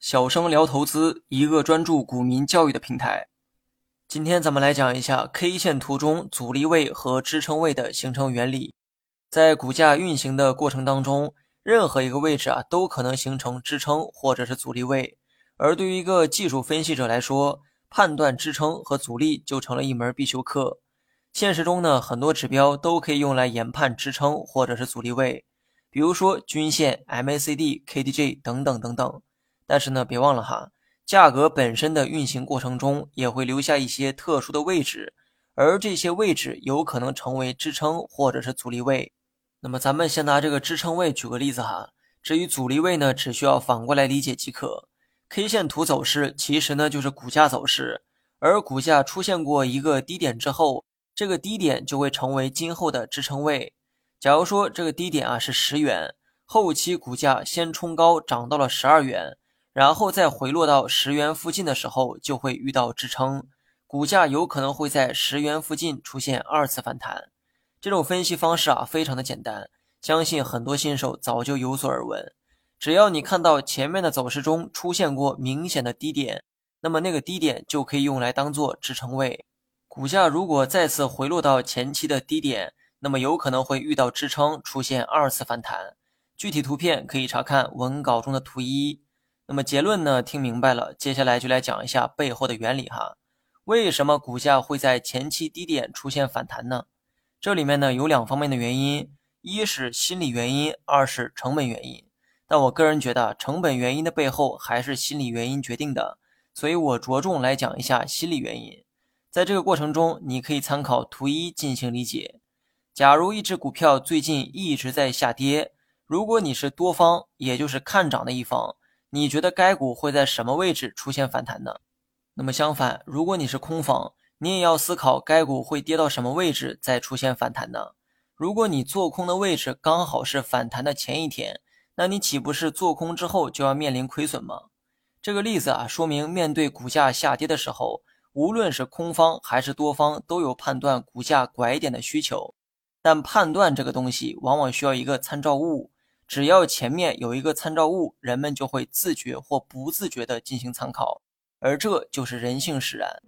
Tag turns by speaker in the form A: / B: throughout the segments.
A: 小生聊投资，一个专注股民教育的平台。今天咱们来讲一下 K 线图中阻力位和支撑位的形成原理。在股价运行的过程当中，任何一个位置都可能形成支撑或者是阻力位。而对于一个技术分析者来说，判断支撑和阻力就成了一门必修课。现实中呢，很多指标都可以用来研判支撑或者是阻力位，比如说均线、MACD、KDJ 等等等等。但是呢，别忘了哈，价格本身的运行过程中也会留下一些特殊的位置，而这些位置有可能成为支撑或者是阻力位。那么咱们先拿这个支撑位举个例子哈，至于阻力位呢，只需要反过来理解即可。K 线图走势其实呢就是股价走势，而股价出现过一个低点之后，这个低点就会成为今后的支撑位。假如说这个低点是10元，后期股价先冲高涨到了12元，然后再回落到10元附近的时候，就会遇到支撑，股价有可能会在10元附近出现二次反弹。这种分析方式非常的简单，相信很多新手早就有所耳闻。只要你看到前面的走势中出现过明显的低点，那么那个低点就可以用来当做支撑位。股价如果再次回落到前期的低点，那么有可能会遇到支撑，出现二次反弹。具体图片可以查看文稿中的图1。那么结论呢，听明白了，接下来就来讲一下背后的原理哈。为什么股价会在前期低点出现反弹呢？这里面呢有2方面的原因，一是心理原因，二是成本原因。但我个人觉得成本原因的背后还是心理原因决定的，所以我着重来讲一下心理原因。在这个过程中，你可以参考图1进行理解。假如一只股票最近一直在下跌，如果你是多方，也就是看涨的一方，你觉得该股会在什么位置出现反弹呢？那么相反，如果你是空方，你也要思考该股会跌到什么位置再出现反弹呢？如果你做空的位置刚好是反弹的前一天，那你岂不是做空之后就要面临亏损吗？这个例子说明面对股价下跌的时候，无论是空方还是多方都有判断股价拐点的需求。但判断这个东西往往需要一个参照物，只要前面有一个参照物，人们就会自觉或不自觉地进行参考，而这就是人性使然。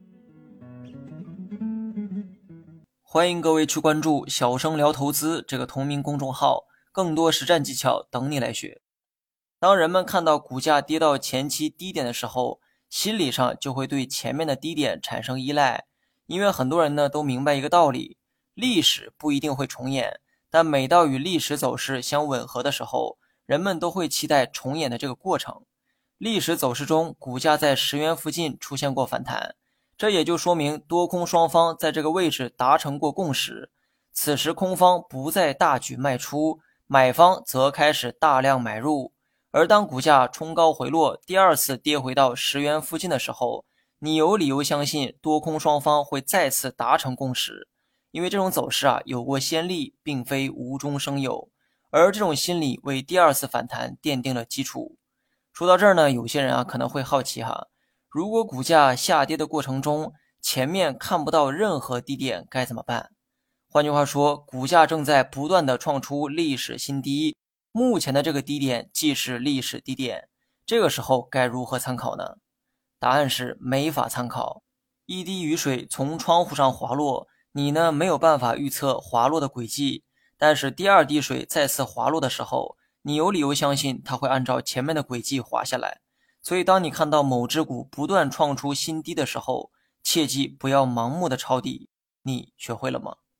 A: 欢迎各位去关注小生聊投资这个同名公众号，更多实战技巧等你来学。当人们看到股价跌到前期低点的时候，心理上就会对前面的低点产生依赖，因为很多人呢都明白一个道理，历史不一定会重演，但每到与历史走势相吻合的时候，人们都会期待重演的这个过程。历史走势中，股价在10元附近出现过反弹，这也就说明多空双方在这个位置达成过共识，此时空方不再大举卖出，买方则开始大量买入。而当股价冲高回落，第二次跌回到10元附近的时候，你有理由相信多空双方会再次达成共识，因为这种走势有过先例，并非无中生有，而这种心理为第二次反弹奠定了基础。说到这儿呢，有些人可能会好奇哈，如果股价下跌的过程中，前面看不到任何低点该怎么办？换句话说，股价正在不断的创出历史新低，目前的这个低点既是历史低点，这个时候该如何参考呢？答案是没法参考。一滴雨水从窗户上滑落，你呢没有办法预测滑落的轨迹，但是第二滴水再次滑落的时候，你有理由相信它会按照前面的轨迹滑下来。所以当你看到某只股不断创出新低的时候，切记不要盲目的抄底。你学会了吗？